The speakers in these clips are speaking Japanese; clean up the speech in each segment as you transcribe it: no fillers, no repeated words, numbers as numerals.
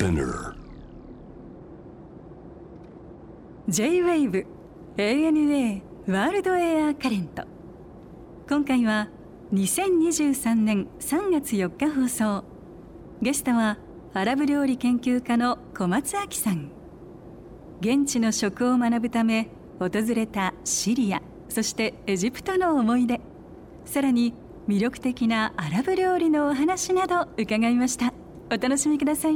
Spinner J-WAVE ANA ワールドエアカレント。今回は2023年3月4日放送。ゲストはアラブ料理研究家の小松亜紀さん。現地の食を学ぶため訪れたシリア、そしてエジプトの思い出、さらに魅力的なアラブ料理のお話など伺いました。お楽しみください。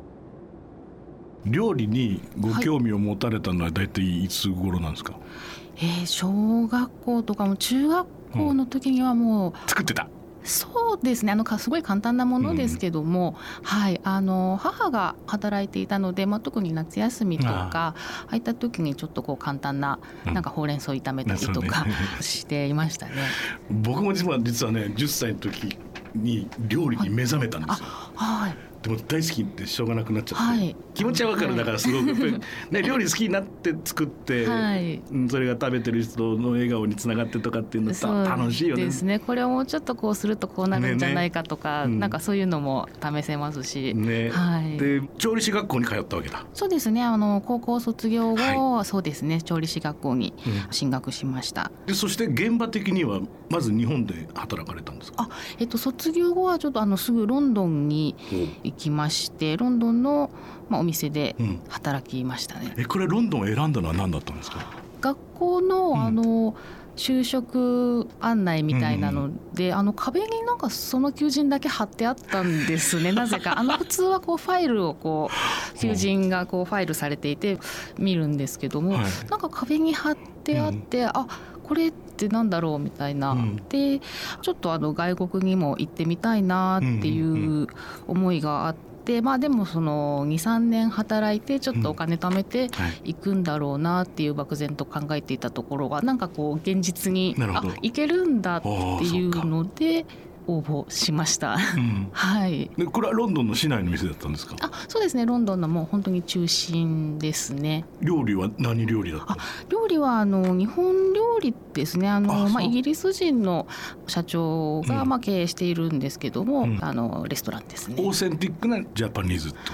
料理にご興味を持たれたのは大体いつ頃なんですか？ 小学校とかも中学校の時にはもう、 作ってた。 そうですね、すごい簡単なものですけども、母が働いていたので、特に夏休みとかああいった時にちょっと簡単な、ほうれん草炒めたりとかしていましたね。 僕も実はね10歳の時に料理に目覚めたんですよ。でも大好きってしょうがなくなっちゃって、気持ちは分かる。だからすごくやっぱり、ね、料理好きになって作って、それが食べてる人の笑顔につながってとかっていうの楽しいよね。そうですね。これをもうちょっとこうするとこうなるんじゃないかとか、そういうのも試せますし、で調理師学校に通ったわけだ。そうですね。高校卒業後、そうですね、調理師学校に進学しました。でそして現場的にはまず日本で働かれたんですか？ 卒業後はちょっとすぐロンドンに行きまして、ロンドンの、お店で働きましたね。 これロンドンを選んだのは何だったんですか？ 学校の、就職案内みたいなので、壁にその求人だけ貼ってあったんですね。なぜか普通はファイルを求人がファイルされていて見るんですけども、壁に貼ってあって、これってなんだろうみたいな、でちょっと外国にも行ってみたいなっていう思いがあって、でもその 2,3 年働いてちょっとお金貯めていくんだろうなっていう漠然と考えていたところが現実にいけるんだっていうので応募しました。でこれはロンドンの市内の店だったんですか？ そうですね、ロンドンのもう本当に中心ですね。 料理は何料理だった？ 料理は日本料理ですね。イギリス人の社長が経営しているんですけども、レストランですね。 オーセンティックなジャパニーズってこと？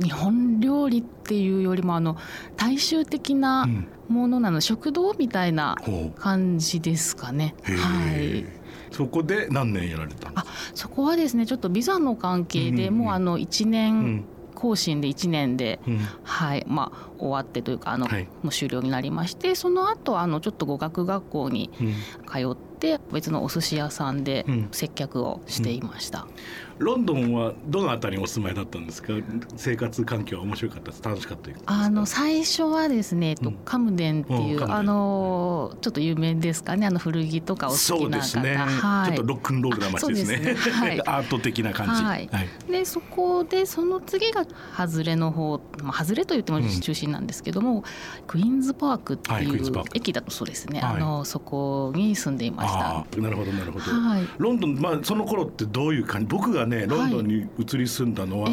日本料理っていうよりも大衆的なものなの、食堂みたいな感じですかね。 そこで何年やられたんですか？ そこはですね、ちょっとビザの関係で、もう1年更新で1年で、終わってというかもう終了になりまして、その後ちょっと語学学校に通って別のお寿司屋さんで接客をしていました。 ロンドンはどのあたりにお住まいだったんですか？生活環境は面白かったです？楽しかったですか？ 最初はですね、カムデンっていうちょっと有名ですかね、古着とかお好きな方。 そうですね、ちょっとロックンロールな街ですね。アート的な感じ。 でそこでその次が外れの方、外れと言っても中心なんですけども、クイーンズパークっていう駅だとそうですね、そこに住んでいました。 なるほどなるほど。ロンドン、その頃ってどういう感じ？僕がねロンドンに移り住んだのは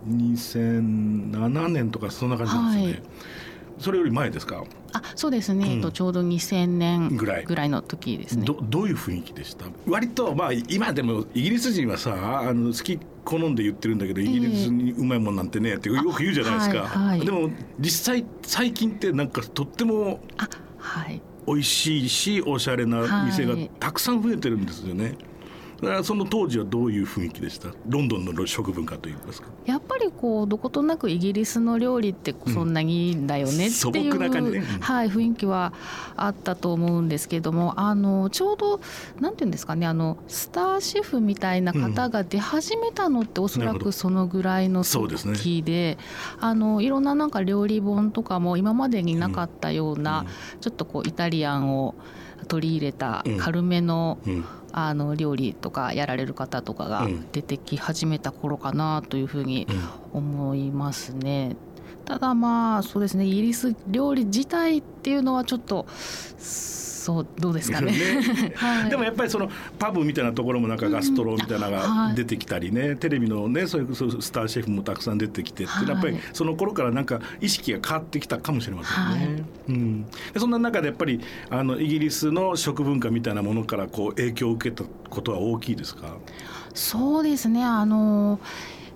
2007年とかそんな感じなんですよね。それより前ですか？ そうですね、ちょうど2000年ぐらいの時ですね。 どういう雰囲気でした？割と今でもイギリス人はさ好き好んで言ってるんだけど、イギリスにうまいもんなんてねってよく言うじゃないですか。でも実際最近ってとっても美味しいしおしゃれな店がたくさん増えてるんですよね。その当時はどういう雰囲気でした？ロンドンの食文化といいますか。やっぱりどことなくイギリスの料理ってそんなにいいんだよねっていう、雰囲気はあったと思うんですけども、ちょうどなんていうんですかね、スターシェフみたいな方が出始めたのっておそらくそのぐらいの時で、いろんな料理本とかも今までになかったような、ちょっとイタリアンを取り入れた軽めの料理とかやられる方とかが出てき始めた頃かなというふうに思いますね。ただそうですね、イギリス料理自体っていうのはちょっとどうですかね。 でもやっぱりそのパブみたいなところもガストロみたいなのが出てきたりね、テレビのねそういうスターシェフもたくさん出てきてって、やっぱりその頃から意識が変わってきたかもしれませんね。でそんな中でやっぱりイギリスの食文化みたいなものから影響を受けたことは大きいですか？ そうですね、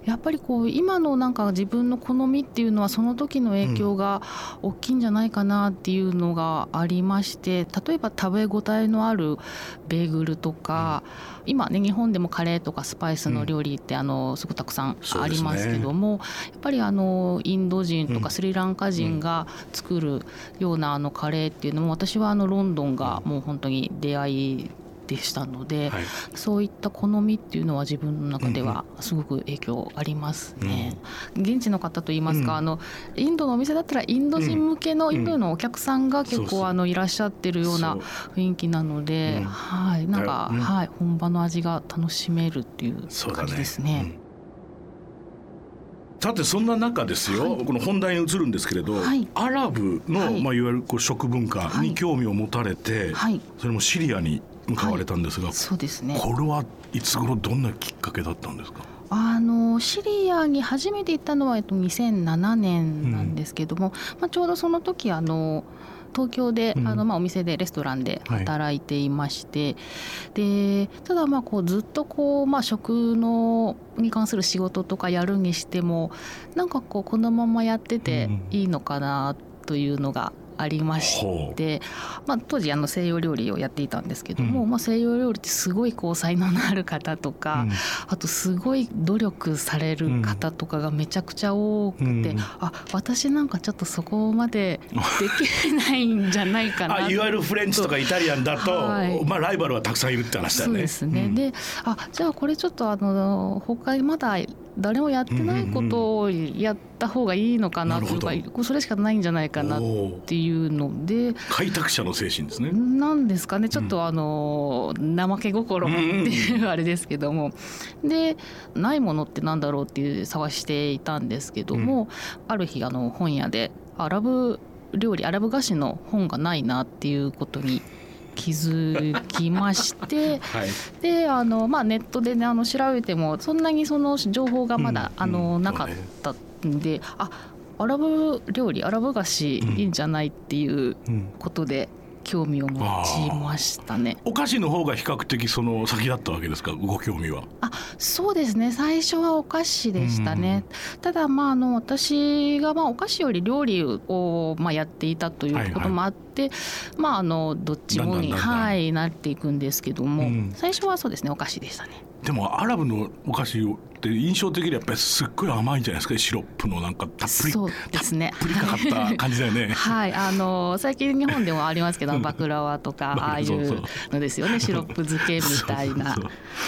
やっぱりこう今のなんか自分の好みっていうのはその時の影響が大きいんじゃないかなっていうのがありまして、例えば食べ応えのあるベーグルとか、今ね日本でもカレーとかスパイスの料理ってすごくたくさんありますけども、やっぱりインド人とかスリランカ人が作るようなカレーっていうのも、私はロンドンがもう本当に出会いでしたので、そういった好みっていうのは自分の中ではすごく影響ありますね。現地の方といいますか、インドのお店だったらインド人向けのインドのお客さんが結構いらっしゃってるような雰囲気なので、なんか、本場の味が楽しめるっていう感じですね。 さてそんな中ですよ、この本題に移るんですけれど、アラブの、いわゆる食文化に興味を持たれて、それもシリアに向かわれたんですが、 そうですね、 これはいつ頃どんなきっかけだったんですか？ シリアに初めて行ったのは2007年なんですけども、ちょうどその時東京でお店でレストランで働いていまして、でただずっと食に関する仕事とかやるにしてもなんかこのままやってていいのかなというのがありまして、当時西洋料理をやっていたんですけども、西洋料理ってすごい才能のある方とか、あとすごい努力される方とかがめちゃくちゃ多くて、私なんかちょっとそこまでできないんじゃないかな。 いわゆるフレンチとかイタリアンだと、ライバルはたくさんいるって話だよね。 そうですね、でじゃあこれちょっと他にまだ誰もやってないことをやった方がいいのかなというか、それしかないんじゃないかなっていうので、 開拓者の精神ですね。 なんですかね、ちょっと怠け心っていうあれですけども、でないものってなんだろうっていう探していたんですけども、ある日本屋でアラブ料理、アラブ菓子の本がないなっていうことに気づきまして、でネットで、調べてもそんなにその情報がまだ、なかったんで、アラブ料理、アラブ菓子いいんじゃないっていうことで興味を持ちましたね。 お菓子の方が比較的その先だったわけですか、ご興味は？ そうですね、最初はお菓子でしたね。ただ私がお菓子より料理をやっていたということもあって、どっちもになっていくんですけども、最初はそうですね、お菓子でしたね。 でもアラブのお菓子って印象的にやっぱりすっごい甘いんじゃないですか、シロップのなんかたっぷり、 そうですね、 たっぷりかかった感じだよね。 最近日本でもありますけどバクラワとかああいうのですよね、シロップ漬けみたいな。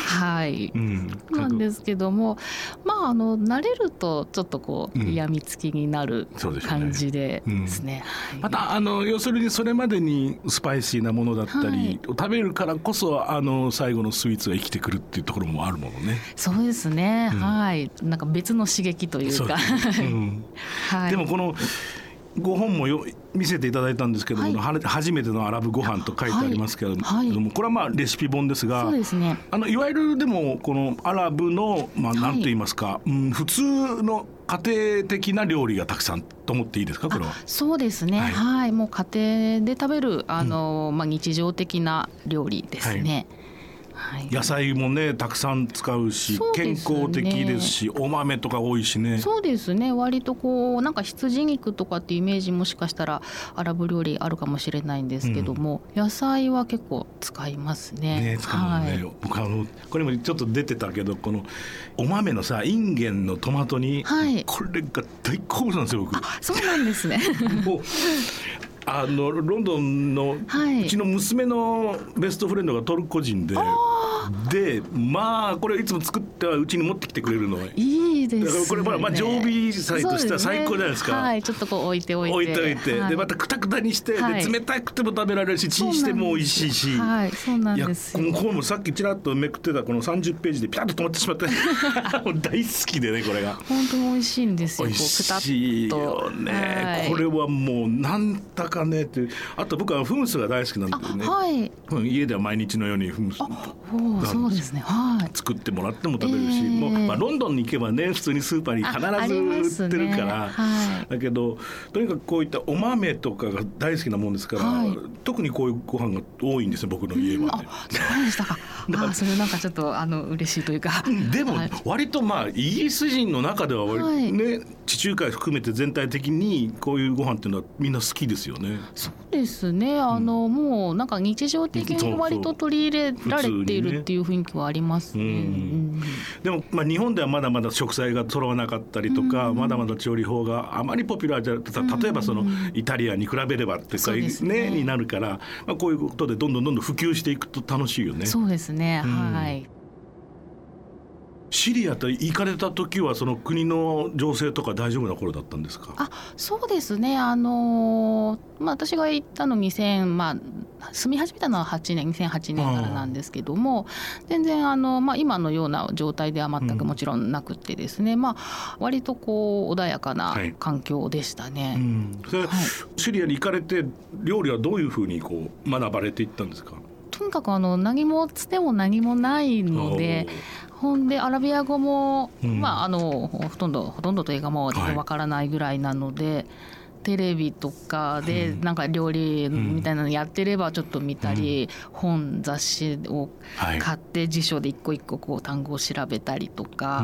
なんですけども、慣れるとちょっとやみつきになる感じでですね。 また要するにそれまでにスパイシーなものだったりを食べるからこそ最後のスイーツが生きてくるっていうところもあるものね。 そうですね、なんか別の刺激というかでもこのご本も見せていただいたんですけども、初めてのアラブご飯と書いてありますけれども、これはレシピ本ですが、 そうですね、 いわゆるでもこのアラブの何と言いますか、普通の家庭的な料理がたくさんと思っていいですか、これは？ そうですね、もう家庭で食べる日常的な料理ですね。 野菜もねたくさん使うし、健康的ですし、お豆とか多いしね。 そうですね、割となんか羊肉とかっていうイメージもしかしたらアラブ料理あるかもしれないんですけども、野菜は結構使いますね。 使うね。僕これもちょっと出てたけど、このお豆のインゲンのトマト煮、これが大好物なんですよ、僕。 そうなんですね。 もうロンドンのうちの娘のベストフレンドがトルコ人で、これいつも作ってはうちに持ってきてくれるの。 いいですね。 だからこれ常備菜としては最高じゃないですか。 ちょっと置いておいて、 でまたクタクタにして、で冷たくても食べられるし、チンしても美味しいし。 そうなんですよ。 ここもさっきちらっとめくってたこの30ページでピタッと止まってしまってもう大好きでね、これが本当に美味しいんですよ。 美味しいよね、これはもうなんだかねって。あと僕はフムスが大好きなんだけどね、家では毎日のようにフムスそうですね、 作ってもらっても食べるし、もうロンドンに行けばね、 ね普通にスーパーに必ず売ってるから、はい、だけどとにかくこういったお豆とかが大好きなもんですから、はい、特にこういうご飯が多いんですよ僕の家は、ね、 そうでしたかそれなんかちょっと嬉しいというかでも割とイギリス人の中ではね、地中海含めて全体的にこういうご飯っていうのはみんな好きですよね。 そうですねもうなんか日常的に割と取り入れられているっていう雰囲気はありますね。 でも日本ではまだまだ食材が揃わなかったりとか、まだまだ調理法があまりポピュラーじゃなくて例えばそのイタリアンに比べればってか、ねになるから、こういうことでどんどん普及していくと楽しいよね。 そうですね、はい。 シリアと行かれた時はその国の情勢とか大丈夫な頃だったんですか？ そうですね、私が行ったの住み始めたのは2008年からなんですけども、全然今のような状態では全くもちろんなくてですね、割とこう穏やかな環境でしたね。 シリアに行かれて料理はどういうふうにこう学ばれていったんですか？ とにかく何もつても何もないので、ほんでアラビア語も、ほとんどというかもうわからないぐらいなので、テレビとかでなんか料理みたいなのやってればちょっと見たり、本雑誌を買って辞書で一個一個こう単語を調べたりとか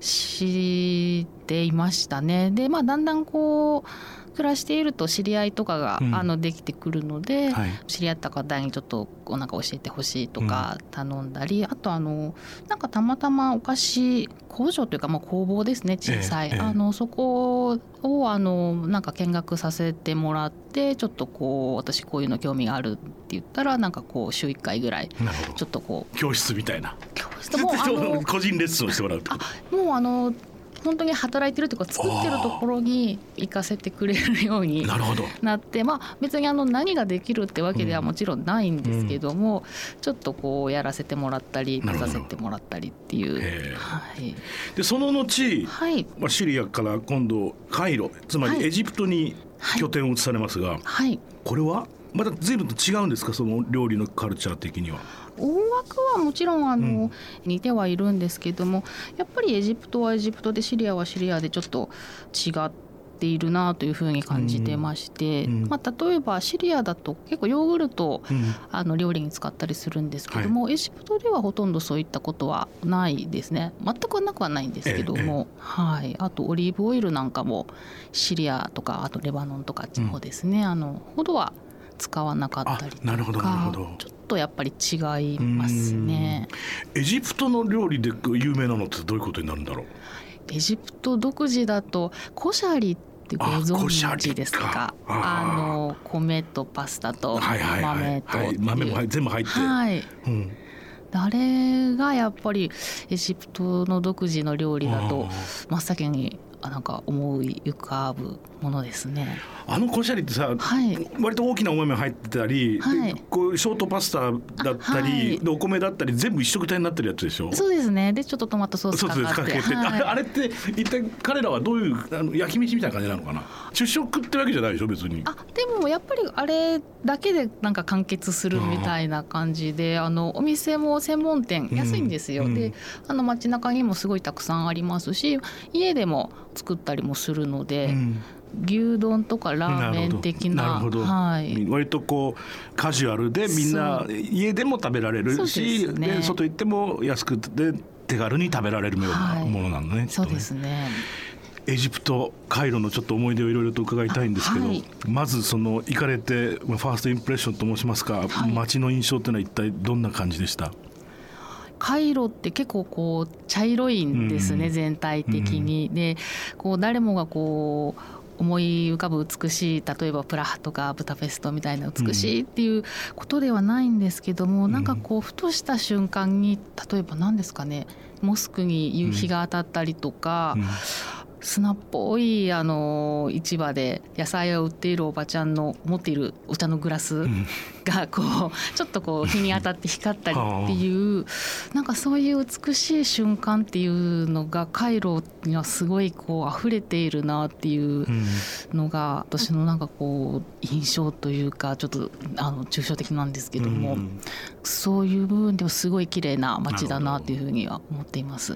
していましたね。でだんだんこう暮らしていると知り合いとかができてくるので、知り合った方にちょっとなんか教えてほしいとか頼んだり、あとなんかたまたまお菓子工場というか工房ですね、小さい、そこをなんか見学させてもらって、ちょっと私こういうの興味があるって言ったら、なんか週1回ぐらいちょっと教室みたいな、 教室も個人レッスンをしてもらうってこと？ もう本当に働いてるというか作ってるところに行かせてくれるようになって、別に何ができるってわけではもちろんないんですけども、ちょっとやらせてもらったりさせてもらったりっていう、 でその後、シリアから今度カイロ、つまりエジプトに拠点を移されますが、これはまた随分と違うんですか、その料理のカルチャー的には？ 大枠はもちろん似てはいるんですけども、やっぱりエジプトはエジプトでシリアはシリアでちょっと違っているなというふうに感じてまして、例えばシリアだと結構ヨーグルトを料理に使ったりするんですけども、エジプトではほとんどそういったことはないですね。全くなくはないんですけども、あとオリーブオイルなんかもシリアとかあとレバノンとか地方ですね、ほどは使わなかったりとか、 なるほどちょっとやっぱり違いますね。 エジプトの料理で有名なのってどういうことになるんだろう？ エジプト独自だとコシャリってご存知ですか？米とパスタと豆と豆も全部入って、 あれがやっぱりエジプトの独自の料理だと真っ先になんか思い浮かぶものですね。 コシャリってさ、割と大きなお豆入ってたり、こうショートパスタだったり、お米だったり全部一色体になってるやつでしょ？そうですね。でちょっとトマトソースかけて、 あれって一体彼らはどういう焼き飯みたいな感じなのかな？主食ってわけじゃないでしょ別に。 でもやっぱりあれだけでなんか完結するみたいな感じで、お店も専門店安いんですよ。で街中にもすごいたくさんありますし、家でも作ったりもするので、牛丼とかラーメン的な、 割とカジュアルでみんな家でも食べられるし、で外行っても安くて手軽に食べられるようなものなのね。 そうですね。 エジプトカイロのちょっと思い出をいろいろと伺いたいんですけど、まず行かれてファーストインプレッションと申しますか、街の印象というのは一体どんな感じでした？ カイロって結構茶色いんですね、全体的に。で誰もが思い浮かぶ美しい、例えばプラハとかブダペストみたいな美しいっていうことではないんですけども、なんかふとした瞬間に、例えば何ですかね、モスクに夕日が当たったりとか、砂っぽい市場で野菜を売っているおばちゃんの持っているお茶のグラスがちょっと日に当たって光ったりっていうなんかそういう美しい瞬間っていうのがカイロにはすごい溢れているなっていうのが私のなんか印象というか、ちょっと抽象的なんですけども、そういう部分ではすごい綺麗な街だなっていうふうには思っています。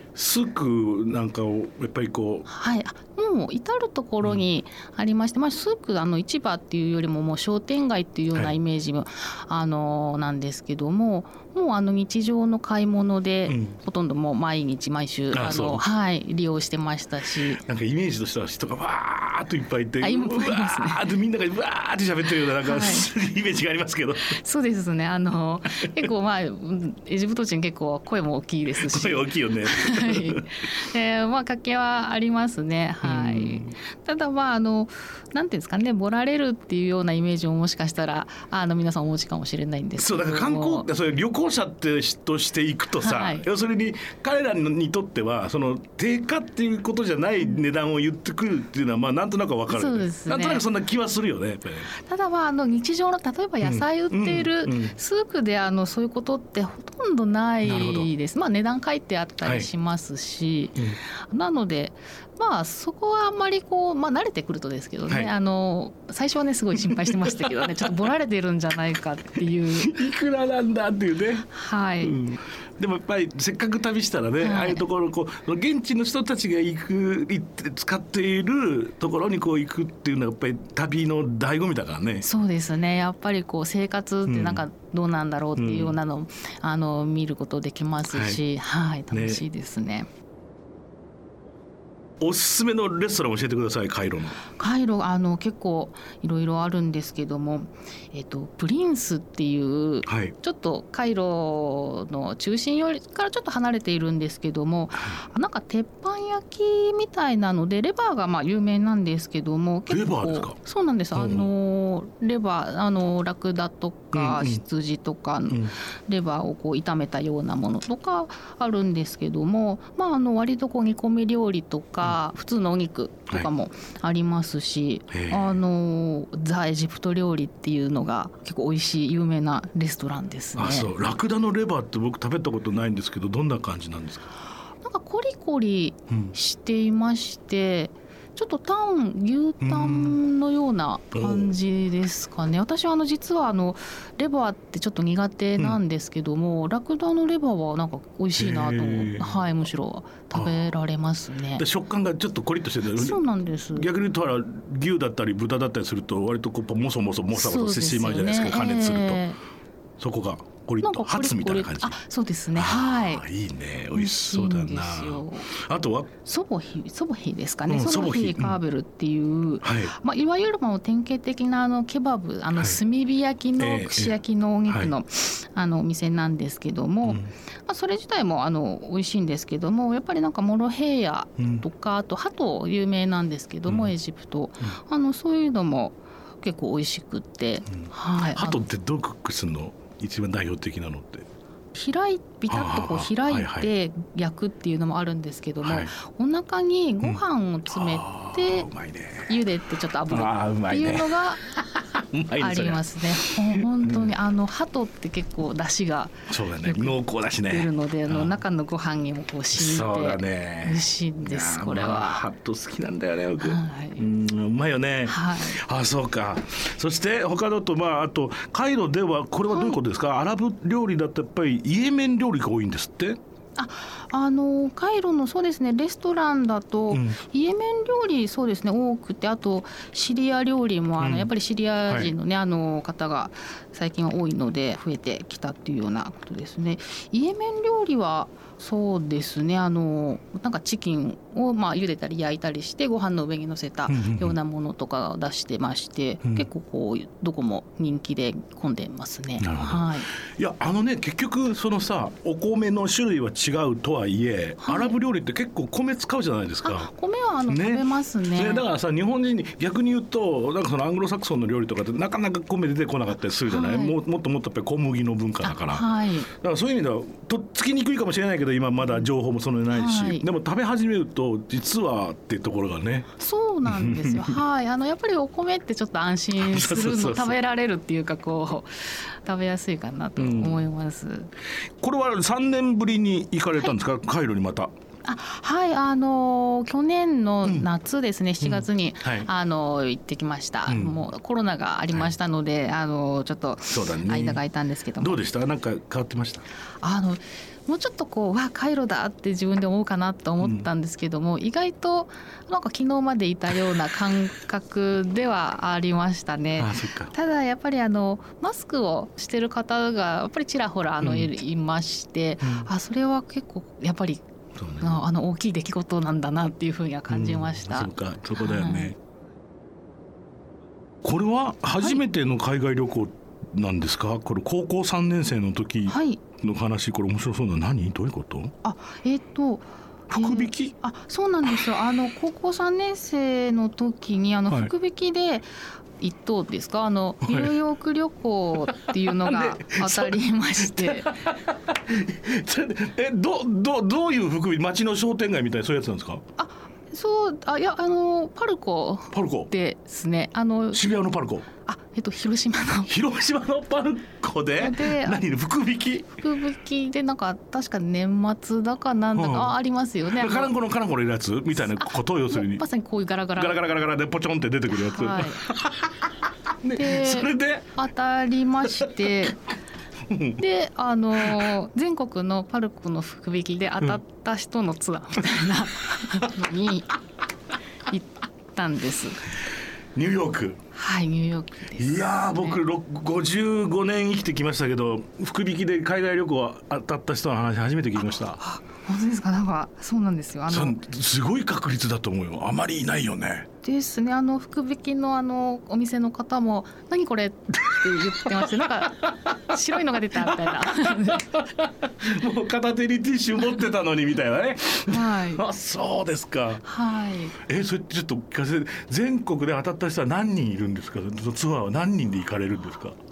スークなんかをやっぱりこう、 はい、もう至る所にありまして、スーク市場っていうよりももう商店街っていうようなイメージも、なんですけども、もう日常の買い物で、ほとんどもう毎日毎週利用してましたし、 なんかイメージとしては人がわーっといっぱいいて、 いますね、 わーっとみんながわーって喋ってるようななんか、イメージがありますけど。 そうですね、結構エジプト人結構声も大きいですし、 声大きいよね。 活気はありますね。はい。ただなんていうんですかね、ボラれるっていうようなイメージをもしかしたら皆さんお持ちかもしれないんですけども、 そうだから観光、それ旅行者として行くとさ、要するに彼らにとってはその定価っていうことじゃない値段を言ってくるっていうのはなんとなく分かる、 そうですね、 なんとなくそんな気はするよね、やっぱり。 ただ日常の例えば野菜売っているスークでそういうことってほとんどないです。値段書いてあったりしますし、なのでそこはあんまり慣れてくるとですけどね、最初はねすごい心配してましたけどねちょっとボラれてるんじゃないかっていういくらなんだっていうね。 はい、 でもやっぱりせっかく旅したらね、ああいうところ現地の人たちが行って使っているところに行くっていうのはやっぱり旅の醍醐味だからね。 そうですね、やっぱり生活ってなんかどうなんだろうっていうようなのを、見ることできますし、楽しいですね。 おすすめのレストラン教えてください。カイロ結構いろいろあるんですけども、プリンスっていう、ちょっとカイロの中心よりからちょっと離れているんですけども、なんか鉄板焼きみたいなのでレバーが有名なんですけども、 レバーですか？ そうなんです。レバーラクダとか羊とか、レバーを炒めたようなものとかあるんですけども、割と煮込み料理とか普通のお肉とかもありますし、ザ・エジプト料理っていうのが結構美味しい有名なレストランですね。 ラクダのレバーって僕食べたことないんですけど、どんな感じなんですか？ なんかコリコリしていまして、ちょっと牛タンのような感じですかね。私は実はレバーってちょっと苦手なんですけども、ラクダのレバーはなんか美味しいなと思って、むしろ食べられますね。 食感がちょっとコリッとしてる。 そうなんです。 逆に言うと牛だったり豚だったりすると割ともそもさしてしまうじゃないですか、加熱すると。そこがコリッとハツみたいな感じ。 そうですね。 いいね、美味しそうだな。あとはソボヒですかね。ソボヒカーベルっていう、いわゆる典型的なケバブ、炭火焼きの串焼きのお肉のお店なんですけども、それ自体も美味しいんですけども、やっぱりなんかモロヘイヤとか、あとハト有名なんですけども、エジプトそういうのも結構美味しくって、 ハトってどうクックするの？一番代表的なのってビタッと開いて焼くっていうのもあるんですけども、お腹にご飯を詰めて茹でてちょっと炙るっていうのがありますね。本当にハトって結構出汁が濃厚だしね、 出るので、中のご飯にも染みて美味しいんです。これはハト好きなんだよね、僕。うまいよね。そうか。そして他だとあとカイロではこれはどういうことですか？アラブ料理だとやっぱりイエメン料理が多いんですって。 カイロのそうですね、レストランだと、イエメン料理そうですね多くて、あとシリア料理もやっぱりシリア人のね、方が最近は多いので増えてきたっていうようなことですね。イエメン料理はそうですね、なんかチキンを茹でたり焼いたりしてご飯の上に乗せたようなものとかを出してまして、結構どこも人気で混んでますね。 いや結局お米の種類は違うとはいえ、アラブ料理って結構米使うじゃないですか。 米は食べますね。 だから日本人に逆に言うとなんかアングロサクソンの料理とかってなかなか米出てこなかったりするじゃない。もっとやっぱり小麦の文化だから、だからそういう意味ではとっつきにくいかもしれないけど、今まだ情報もそんなにないし、でも食べ始めると実はっていうところがね。 そうなんですよ。やっぱりお米ってちょっと安心するの食べられるっていうか食べやすいかなと思います。 これは3年ぶりに行かれたんですか？カイロにまた。 去年の夏ですね、7月に、行ってきました。もうコロナがありましたので、ちょっと間が空いたんですけども、 どうでした？なんか変わってました？ もうちょっとこうわカイロだって自分で思うかなと思ったんですけども、意外となんか昨日までいたような感覚ではありましたね。 そっか。ただやっぱりマスクをしてる方がやっぱりちらほらいまして、それは結構やっぱり大きい出来事なんだなっていうふうには感じました。 そうか、そこだよね。これは初めての海外旅行なんですか？これ高校3年生の時の話、これ面白そうな。何？どういうこと？福引き？ そうなんですよ。高校3年生の時に福引きで1等ですか、ニューヨーク旅行っていうのが当たりまして、 どういう福引き？街の商店街みたいなそういうやつなんですか？ いやパルコですね。 渋谷のパルコ。 広島のパルコで何福引きでなんか確か年末だかなんだかありますよね。 カランコロいるやつみたいなことを要するにまさにこういうガラガラでポチョンって出てくるやつ、 でそれで当たりましてで全国のパルコの福引きで当たった人のツアーみたいなのに行ったんです。 ニューヨーク。 はい、ニューヨークです、ね。 いや僕55年生きてきましたけど、福引きで海外旅行当たった人の話初めて聞きました。 本当ですか？なんかそうなんですよ。 すごい確率だと思うよ。あまりいないよね。 ですね。福引きのお店の方も何これって言ってました。なんか白いのが出たみたいなもう片手にティッシュ持ってたのにみたいなね。そうですか。それちょっと聞かせて。全国で当たった人は何人いるんですか？ツアーは何人で行かれるんですか？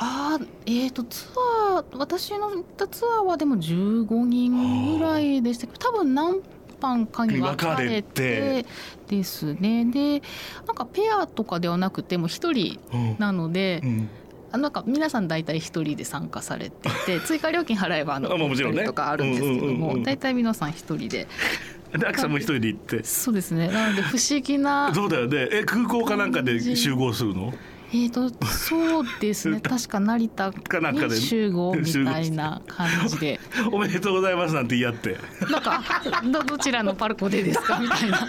私の行ったツアーはでも15人ぐらいでしたけど、多分何班かに分かれてですね。でなんかペアとかではなくても1人なので、なんか皆さん大体1人で参加されてて追加料金払えば1人とかあるんですけども、大体皆さん1人で。 アキさんも一人で行って。 そうですね。なので不思議な。 そうだよね。空港かなんかで集合するの？ そうですね。確か成田に集合みたいな感じでおめでとうございますなんて言い合って、 なんかどちらのパルコでですかみたいな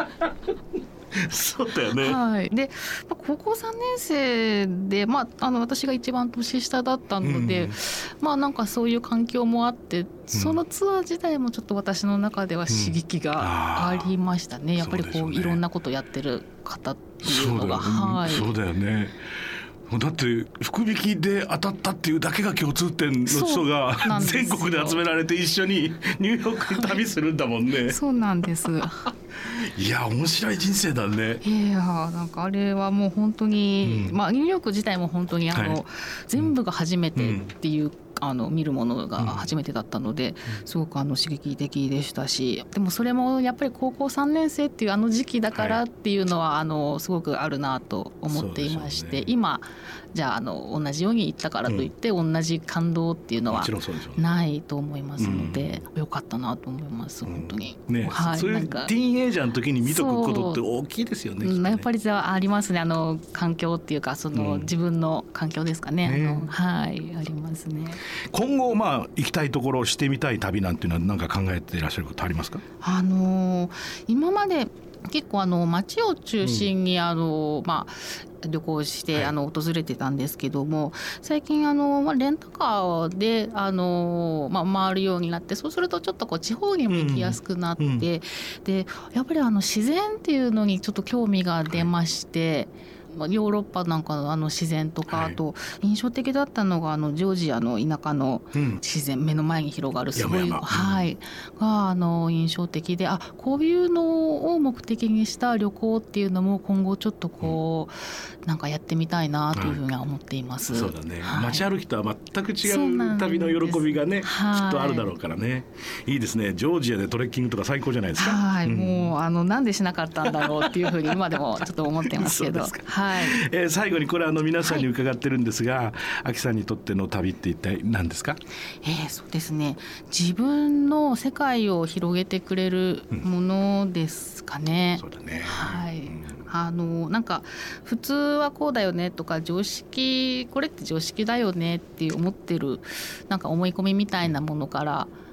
そうだよね。 で高校3年生で、私が一番年下だったので、なんかそういう環境もあって、そのツアー自体もちょっと私の中では刺激がありましたね。やっぱりいろんなことやってる方っていうのが。 そうだよね。だって福引きで当たったっていうだけが共通点の人が全国で集められて一緒にニューヨークに旅するんだもんね。 そうなんですいや面白い人生だね。 なんかあれはもう本当に、ニューヨーク自体も本当に全部が初めてっていう、見るものが初めてだったので、すごく刺激的でしたし、でもそれもやっぱり高校3年生っていう時期だからっていうのは、すごくあるなと思っていまして、今じゃあ同じように行ったからといって同じ感動っていうのはないと思いますので、よかったなと思います本当に。 そういうティーンエイジャーの時に見とくことって大きいですよね。 やっぱりありますね。環境っていうか自分の環境ですかね。ありますね。 今後行きたいところしてみたい旅なんていうのは何か考えていらっしゃることありますか？ 今まで結構街を中心に旅行して訪れてたんですけども、最近レンタカーで回るようになって、そうするとちょっと地方にも行きやすくなって、でやっぱり自然っていうのにちょっと興味が出まして、ヨーロッパなんかの自然とか、あと印象的だったのがジョージアの田舎の自然、目の前に広がるすごいが印象的で、こういうのを目的にした旅行っていうのも今後ちょっとなんかやってみたいなというふうには思っています。 そうだね。街歩きとは全く違う旅の喜びがね、きっとあるだろうからね。いいですね。ジョージアでトレッキングとか最高じゃないですか。 もうなんでしなかったんだろうっていうふうに今でもちょっと思ってますけど。 最後にこれ皆さんに伺ってるんですが、アキさんにとっての旅って一体何ですか？ そうですね。自分の世界を広げてくれるものですかね。 そうだね。 なんか普通はこうだよねとか、常識これって常識だよねって思ってるなんか思い込みみたいなものから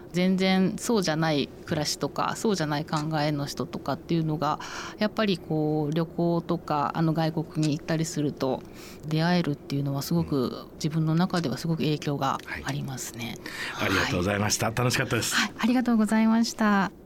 全然そうじゃない暮らしとかそうじゃない考えの人とかっていうのがやっぱりこう旅行とか外国に行ったりすると出会えるっていうのはすごく自分の中ではすごく影響がありますね。 ありがとうございました、楽しかったです。 ありがとうございました。